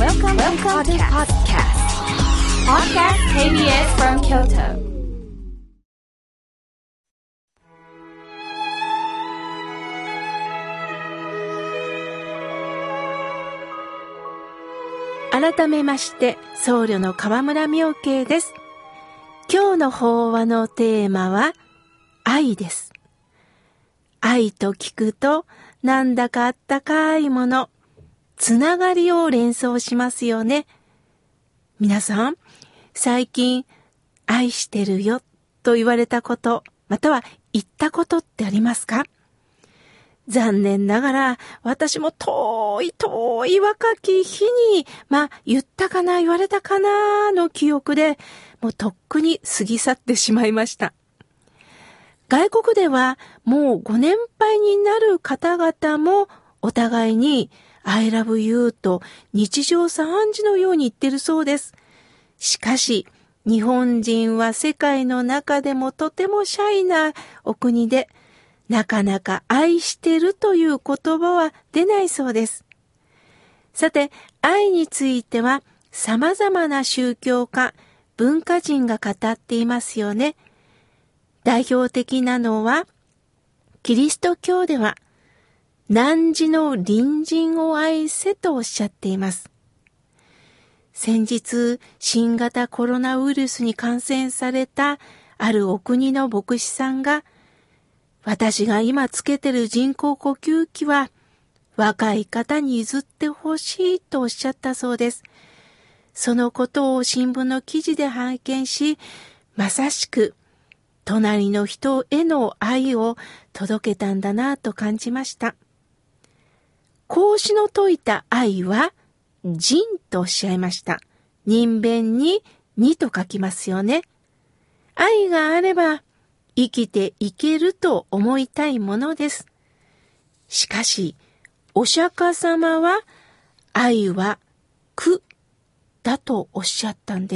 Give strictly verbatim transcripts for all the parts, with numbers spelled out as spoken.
Welcome, Welcome to podcast. Podcast ケービーエス from Kyoto. 改めまして僧侶の河村妙慶です。今日の法話のテーマは愛です。愛と聞くとなんだかあったかいもの、つながりを連想しますよね。皆さん、最近愛してるよと言われたこと、または言ったことってありますか？残念ながら私も遠い遠い若き日に、まあ言ったかな言われたかなの記憶でもうとっくに過ぎ去ってしまいました。外国ではもうご年配になる方々もお互いに I love you と日常茶飯事のように言ってるそうです。しかし日本人は世界の中でもとてもシャイなお国で、なかなか愛してるという言葉は出ないそうです。さて、愛については様々な宗教家、文化人が語っていますよね。代表的なのは、キリスト教では、汝の隣人を愛せとおっしゃっています。先日、新型コロナウイルスに感染されたあるお国の牧師さんが、私が今つけてる人工呼吸器は若い方に譲ってほしいとおっしゃったそうです。そのことを新聞の記事で拝見し、まさしく隣の人への愛を届けたんだなと感じました。孔子の説いた愛は仁とおっしゃいました。人弁ににと書きますよね。愛があれば生きていけると思いたいものです。しかし、お釈迦様は愛は苦だとおっしゃったんです。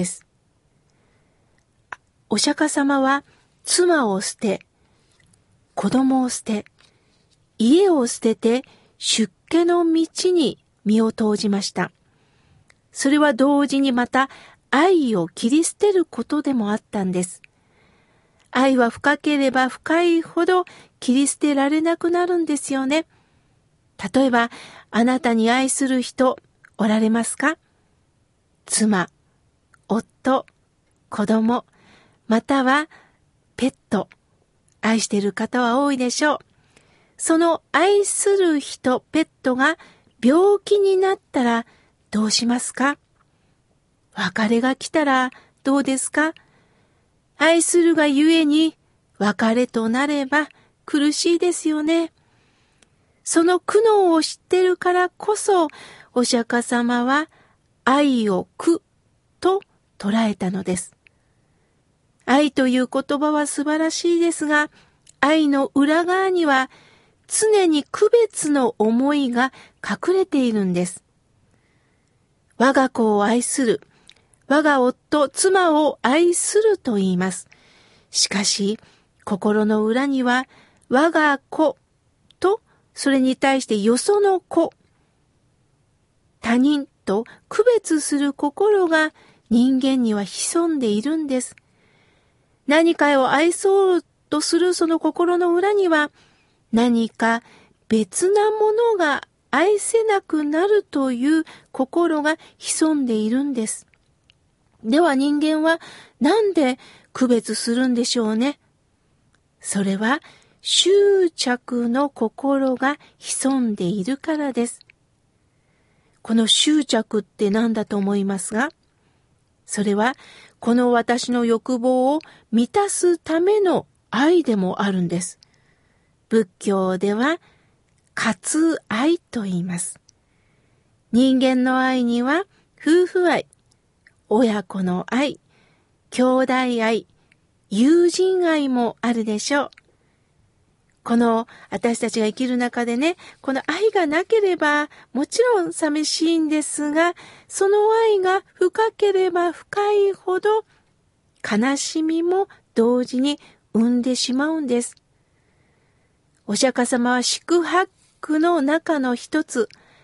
お釈迦様は妻を捨て、子供を捨て、家を捨てて出家の道に身を投じました。それは同時にまた愛を切り捨てることでもあったんです。愛は深ければ深いほど切り捨てられなくなるんですよね。例えば、あなたに愛する人おられますか？妻、夫、子供、またはペット、愛している方は多いでしょう。その愛する人、ペットが病気になったらどうしますか？別れが来たらどうですか？愛するがゆえに別れとなれば苦しいですよね。その苦悩を知ってるからこそ、お釈迦様は愛を苦と捉えたのです。愛という言葉は素晴らしいですが、愛の裏側には常に区別の思いが隠れているんです。我が子を愛する。我が夫、妻を愛すると言います。しかし、心の裏には、我が子と、それに対してよその子、他人と区別する心が人間には潜んでいるんです。何かを愛そうとするその心の裏には、何か別なものが愛せなくなるという心が潜んでいるんです。では人間はなんで区別するんでしょうね。それは執着の心が潜んでいるからです。この執着って何だと思いますが、それはこの私の欲望を満たすための愛でもあるんです。仏教では割愛と言います。人間の愛には夫婦愛、親子の愛、兄弟愛、友人愛もあるでしょう。この私たちが生きる中でね、この愛がなければもちろん寂しいんですが、その愛が深ければ深いほど悲しみも同時に生んでしまうんです。お釈迦様は四苦八苦の中の一つ、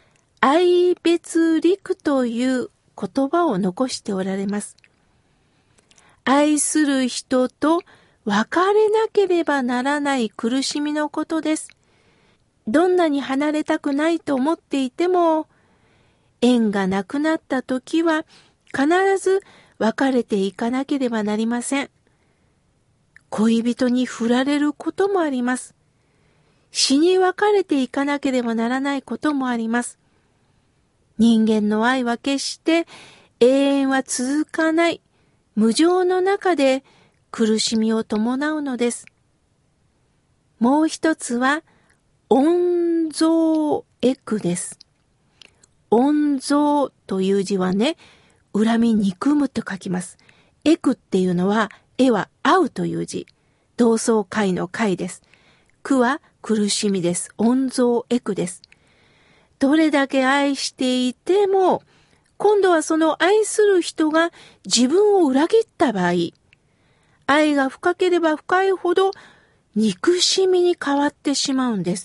愛別離という言葉を残しておられます。愛する人と別れなければならない苦しみのことです。どんなに離れたくないと思っていても、縁がなくなった時は必ず別れていかなければなりません。恋人に振られることもあります。死に別れていかなければならないこともあります。人間の愛は決して永遠は続かない、無常の中で苦しみを伴うのです。もう一つは、怨憎会苦です。怨憎という字はね、恨み憎むと書きます。会苦っていうのは、会は会うという字。同窓会の会です。苦は苦しみです。怨憎会苦です。どれだけ愛していても、今度はその愛する人が自分を裏切った場合、愛が深ければ深いほど憎しみに変わってしまうんです。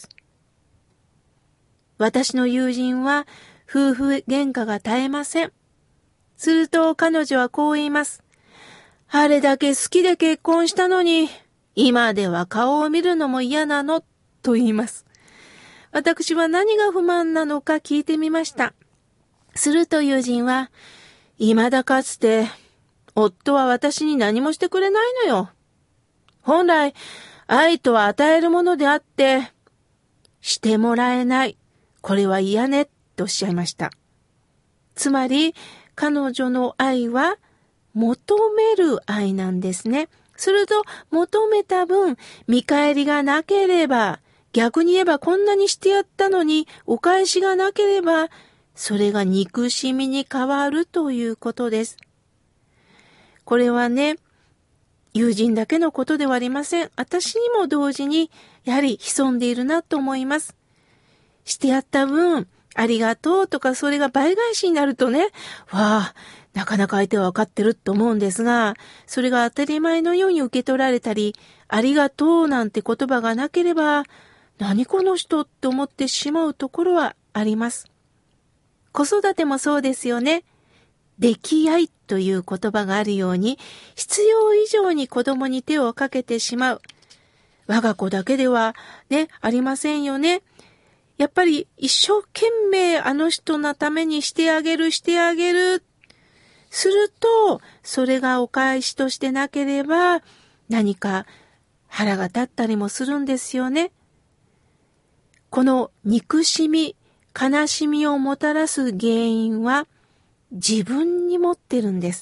私の友人は夫婦喧嘩が絶えません。すると彼女はこう言います。あれだけ好きで結婚したのに、今では顔を見るのも嫌なの、と言います。私は何が不満なのか聞いてみました。すると友人は、未だかつて、夫は私に何もしてくれないのよ。本来、愛とは与えるものであって、してもらえない。これは嫌ね、とおっしゃいました。つまり、彼女の愛は、求める愛なんですね。すると、求めた分、見返りがなければ、逆に言えばこんなにしてやったのに、お返しがなければ、それが憎しみに変わるということです。これはね、友人だけのことではありません。私にも同時に、やはり潜んでいるなと思います。してやった分、ありがとうとかそれが倍返しになるとね、わあ、なかなか相手は分かってると思うんですが、それが当たり前のように受け取られたり、ありがとうなんて言葉がなければ、何この人って思ってしまうところはあります。子育てもそうですよね。溺愛という言葉があるように、必要以上に子供に手をかけてしまう。我が子だけではね、ありませんよね。やっぱり一生懸命あの人のためにしてあげる、してあげる。すると、それがお返しとしてなければ、何か腹が立ったりもするんですよね。この憎しみ、悲しみをもたらす原因は自分に持ってるんです。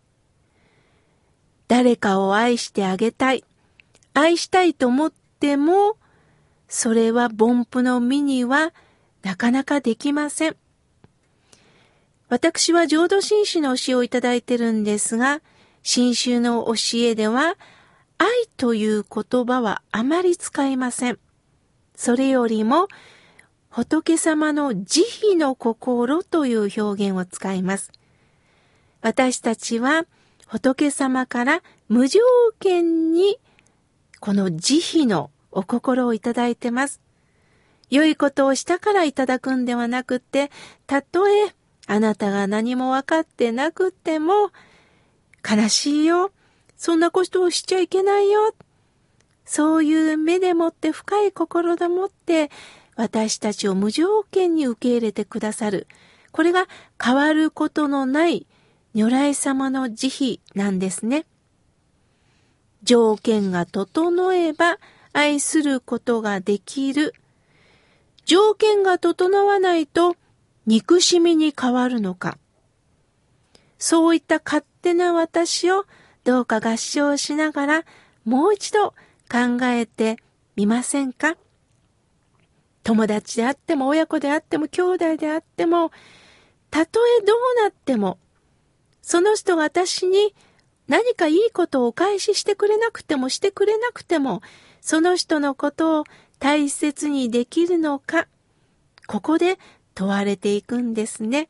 誰かを愛してあげたい、愛したいと思っても、それは凡夫の身にはなかなかできません。私は浄土真宗の教えをいただいてるんですが、真宗の教えでは、愛という言葉はあまり使いません。それよりも、仏様の慈悲の心という表現を使います。私たちは仏様から無条件にこの慈悲のお心をいただいてます。良いことをしたからいただくんではなくて、たとえあなたが何も分かってなくても、悲しいよ。そんなことをしちゃいけないよ。そういう目でもって深い心でもって私たちを無条件に受け入れてくださる。これが変わることのない如来様の慈悲なんですね。条件が整えば愛することができる。条件が整わないと憎しみに変わるのか。そういった勝手な私をどうか合唱しながらもう一度考えてみませんか？友達であっても親子であっても兄弟であっても、たとえどうなっても、その人が私に何かいいことをお返ししてくれなくてもしてくれなくても、その人のことを大切にできるのか、ここで問われていくんですね。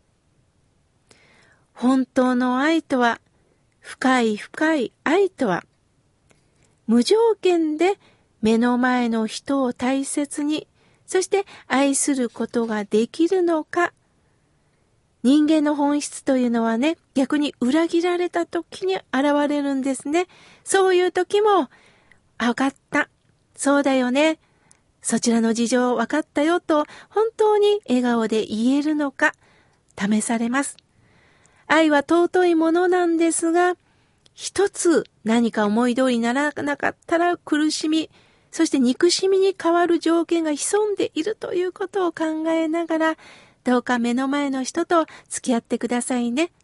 本当の愛とは、深い深い愛とは、無条件で目の前の人を大切に、そして愛することができるのか、 人間の本質というのはね、逆に裏切られた時に現れるんですね。そういう時も、分かった。そうだよね。そちらの事情分かったよと、本当に笑顔で言えるのか、試されます。愛は尊いものなんですが、一つ何か思い通りにならなかったら苦しみ、そして憎しみに変わる条件が潜んでいるということを考えながら、どうか目の前の人と付き合ってくださいね。